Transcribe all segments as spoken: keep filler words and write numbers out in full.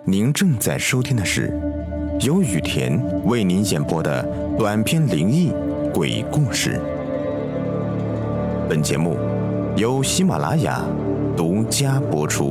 您正在收听的是由雨田为您演播的短篇灵异鬼故事。本节目由喜马拉雅独家播出。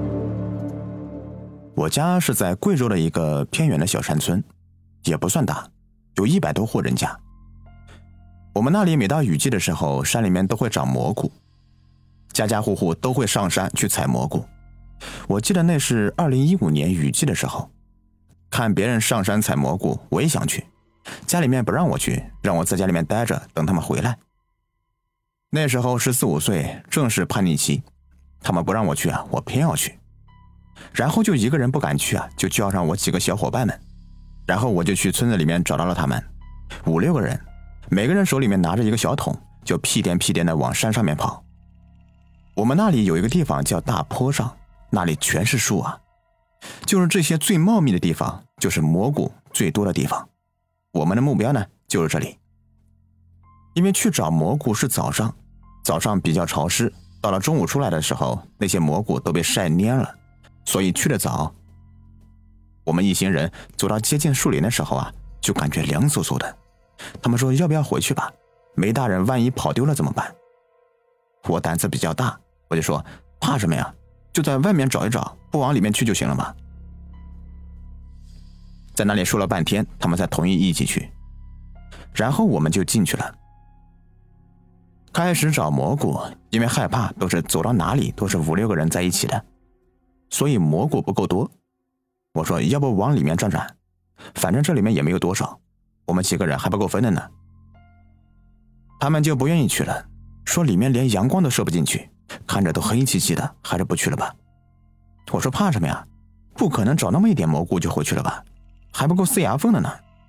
我家是在贵州的一个偏远的小山村，也不算大，有一百多户人家。我们那里每到雨季的时候，山里面都会长蘑菇，家家户户都会上山去采蘑菇。我记得那是二零一五年雨季的时候，看别人上山采蘑菇，我也想去，家里面不让我去，让我在家里面待着等他们回来。那时候十四五岁，正是叛逆期，他们不让我去啊，我偏要去。然后就一个人不敢去啊，就叫上我几个小伙伴们，然后我就去村子里面找到了他们，五六个人，每个人手里面拿着一个小桶，就屁颠屁颠的往山上面跑。我们那里有一个地方叫大坡上，那里全是树啊，就是这些最茂密的地方，就是蘑菇最多的地方。我们的目标呢，就是这里。因为去找蘑菇是早上，早上比较潮湿，到了中午出来的时候，那些蘑菇都被晒蔫了，所以去得早。我们一行人走到接近树林的时候啊，就感觉凉飕飕的。他们说要不要回去吧，没大人万一跑丢了怎么办？我胆子比较大，我就说怕什么呀，就在外面找一找，不往里面去就行了嘛。在那里说了半天，他们才同意一起去，然后我们就进去了。开始找蘑菇，因为害怕都是走到哪里都是五六个人在一起的，所以蘑菇不够多。我说要不往里面转转，反正这里面也没有多少，我们几个人还不够分的呢。他们就不愿意去了，说里面连阳光都射不进去，看着都黑漆漆的，还是不去了吧。我说怕什么呀，不可能找那么一点蘑菇就回去了吧，还不够塞牙缝的呢。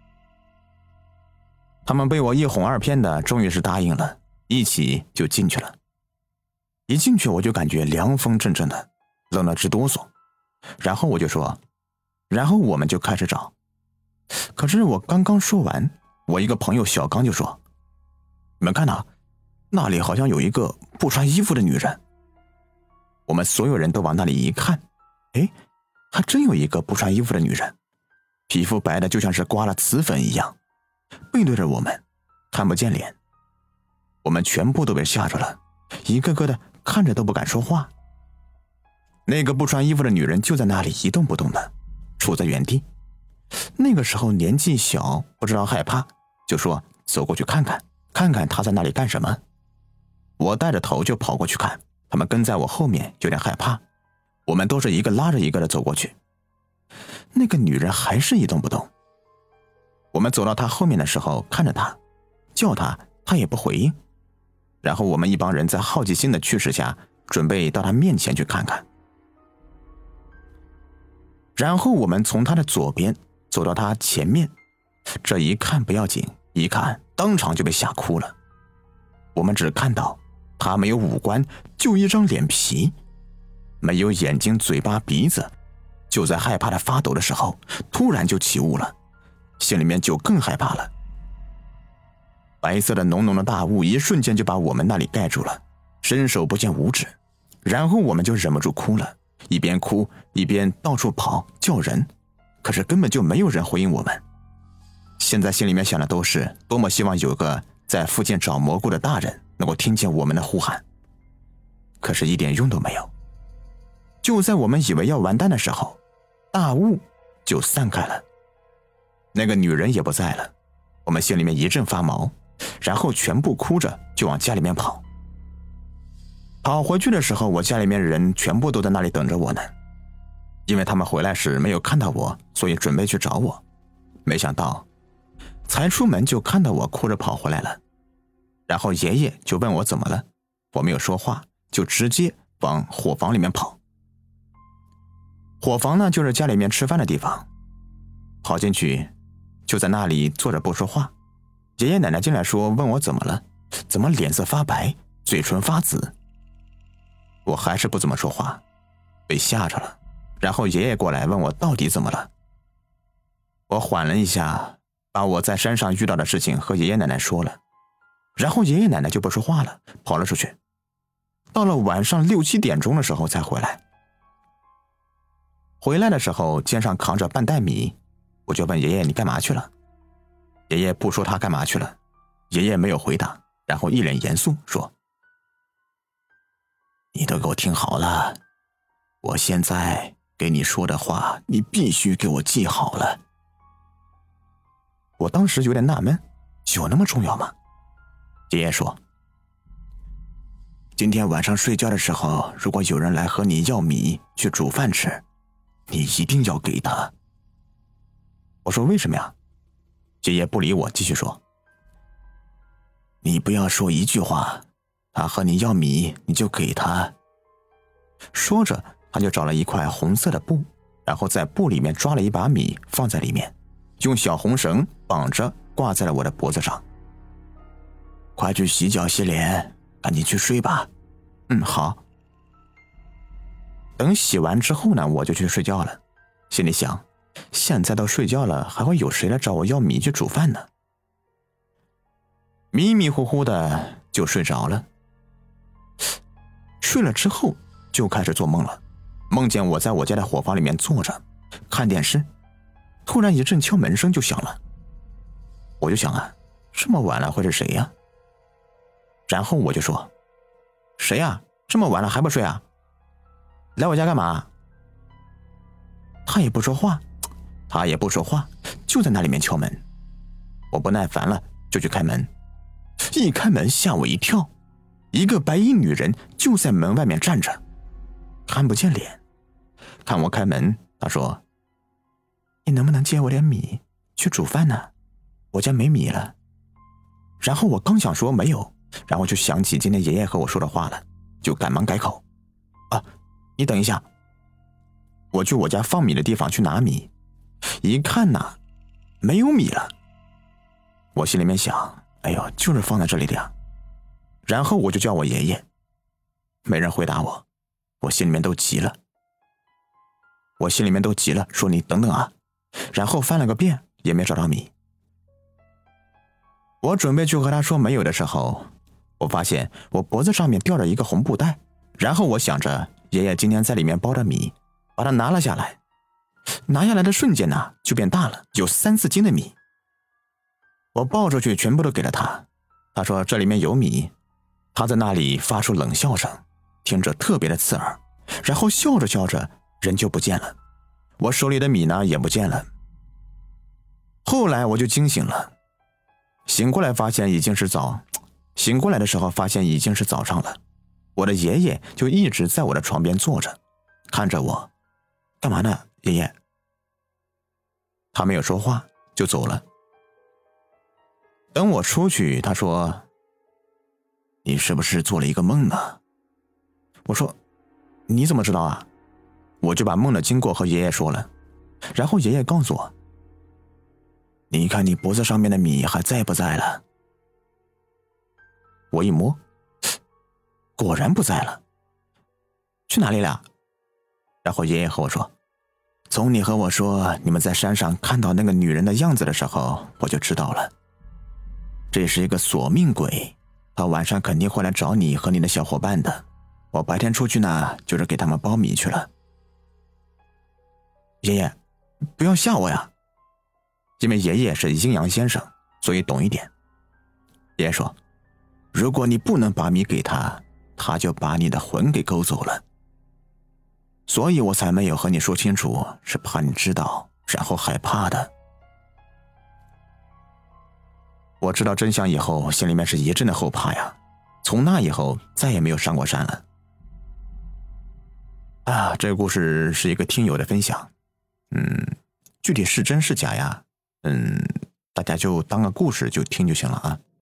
他们被我一哄二骗的，终于是答应了，一起就进去了。一进去我就感觉凉风阵阵的，冷得直哆嗦。然后我就说，然后我们就开始找。可是我刚刚说完，我一个朋友小刚就说，你们看呐，那里好像有一个不穿衣服的女人。我们所有人都往那里一看，诶，还真有一个不穿衣服的女人，皮肤白的就像是刮了瓷粉一样，背对着我们，看不见脸。我们全部都被吓着了，一个个的看着都不敢说话。那个不穿衣服的女人就在那里一动不动的，杵在原地。那个时候年纪小，不知道害怕，就说走过去看看，看看她在那里干什么。我带着头就跑过去看，他们跟在我后面，有点害怕。我们都是一个拉着一个的走过去。那个女人还是一动不动。我们走到她后面的时候，看着她，叫她，她也不回应。然后我们一帮人在好奇心的驱使下，准备到她面前去看看。然后我们从她的左边走到她前面，这一看不要紧，一看当场就被吓哭了。我们只看到她没有五官，就一张脸皮，没有眼睛、嘴巴、鼻子。就在害怕的发抖的时候，突然就起雾了，心里面就更害怕了。白色的浓浓的大雾一瞬间就把我们那里盖住了，伸手不见五指。然后我们就忍不住哭了，一边哭一边到处跑叫人，可是根本就没有人回应我们。现在心里面想的都是多么希望有个在附近找蘑菇的大人能够听见我们的呼喊，可是一点用都没有。就在我们以为要完蛋的时候，大雾就散开了，那个女人也不在了。我们心里面一阵发毛，然后全部哭着就往家里面跑。跑回去的时候，我家里面人全部都在那里等着我呢，因为他们回来时没有看到我，所以准备去找我。没想到才出门就看到我哭着跑回来了，然后爷爷就问我怎么了，我没有说话，就直接往伙房里面跑。伙房呢，就是家里面吃饭的地方。跑进去就在那里坐着不说话。爷爷奶奶进来说，问我怎么了，怎么脸色发白，嘴唇发紫。我还是不怎么说话，被吓着了。然后爷爷过来问我到底怎么了。我缓了一下，把我在山上遇到的事情和爷爷奶奶说了，然后爷爷奶奶就不说话了，跑了出去。到了晚上六七点钟的时候才回来。 回来的时候肩上扛着半袋米，我就问爷爷你干嘛去了？爷爷不说他干嘛去了，爷爷没有回答，然后一脸严肃说：你都给我听好了，我现在给你说的话你必须给我记好了。我当时有点纳闷，有那么重要吗？爷爷说：今天晚上睡觉的时候，如果有人来和你要米去煮饭吃，你一定要给他。我说为什么呀？爷爷不理我，继续说：你不要说一句话，他和你要米你就给他。说着他就找了一块红色的布，然后在布里面抓了一把米放在里面，用小红绳绑着挂在了我的脖子上。快去洗脚洗脸，赶紧去睡吧。嗯，好。等洗完之后呢，我就去睡觉了，心里想现在都睡觉了，还会有谁来找我要米去煮饭呢？迷迷糊糊的就睡着了。睡了之后就开始做梦了，梦见我在我家的伙房里面坐着看电视，突然一阵敲门声就响了。我就想啊，这么晚了会是谁呀？然后我就说：谁呀？这么晚了还不睡啊？来我家干嘛？他也不说话，他也不说话，就在那里面敲门。我不耐烦了，就去开门。一开门吓我一跳，一个白衣女人就在门外面站着，看不见脸。看我开门，她说：你能不能借我点米去煮饭呢？我家没米了。然后我刚想说没有，然后就想起今天爷爷和我说的话了，就赶忙改口：啊，你等一下，我去我家放米的地方去拿米。一看呐，没有米了。我心里面想，哎呦，就是放在这里的呀。然后我就叫我爷爷，没人回答我，我心里面都急了。我心里面都急了，说你等等啊。然后翻了个遍，也没找到米。我准备去和他说没有的时候，我发现我脖子上面吊着一个红布袋，然后我想着爷爷今天在里面包着米，把它拿了下来。拿下来的瞬间呢，就变大了，有三四斤的米。我抱出去全部都给了他，他说这里面有米。他在那里发出冷笑声，听着特别的刺耳，然后笑着笑着人就不见了。我手里的米呢也不见了。后来我就惊醒了，醒过来发现已经是早，醒过来的时候发现已经是早上了。我的爷爷就一直在我的床边坐着，看着我。干嘛呢，爷爷？他没有说话，就走了。等我出去，他说：你是不是做了一个梦呢？我说：你怎么知道啊？我就把梦的经过和爷爷说了，然后爷爷告诉我：你看你脖子上面的米还在不在了？我一摸，果然不在了。去哪里了？然后爷爷和我说：从你和我说你们在山上看到那个女人的样子的时候，我就知道了。这是一个索命鬼，他晚上肯定会来找你和你的小伙伴的。我白天出去呢，就是给他们包米去了。爷爷，不要吓我呀。因为爷爷是阴阳先生，所以懂一点。爷爷说：如果你不能把米给他，他就把你的魂给勾走了。所以我才没有和你说清楚，是怕你知道，然后害怕的。我知道真相以后，心里面是一阵的后怕呀。从那以后，再也没有上过山了。啊，这个故事是一个听友的分享，嗯，具体是真是假呀？嗯，大家就当个故事就听就行了啊。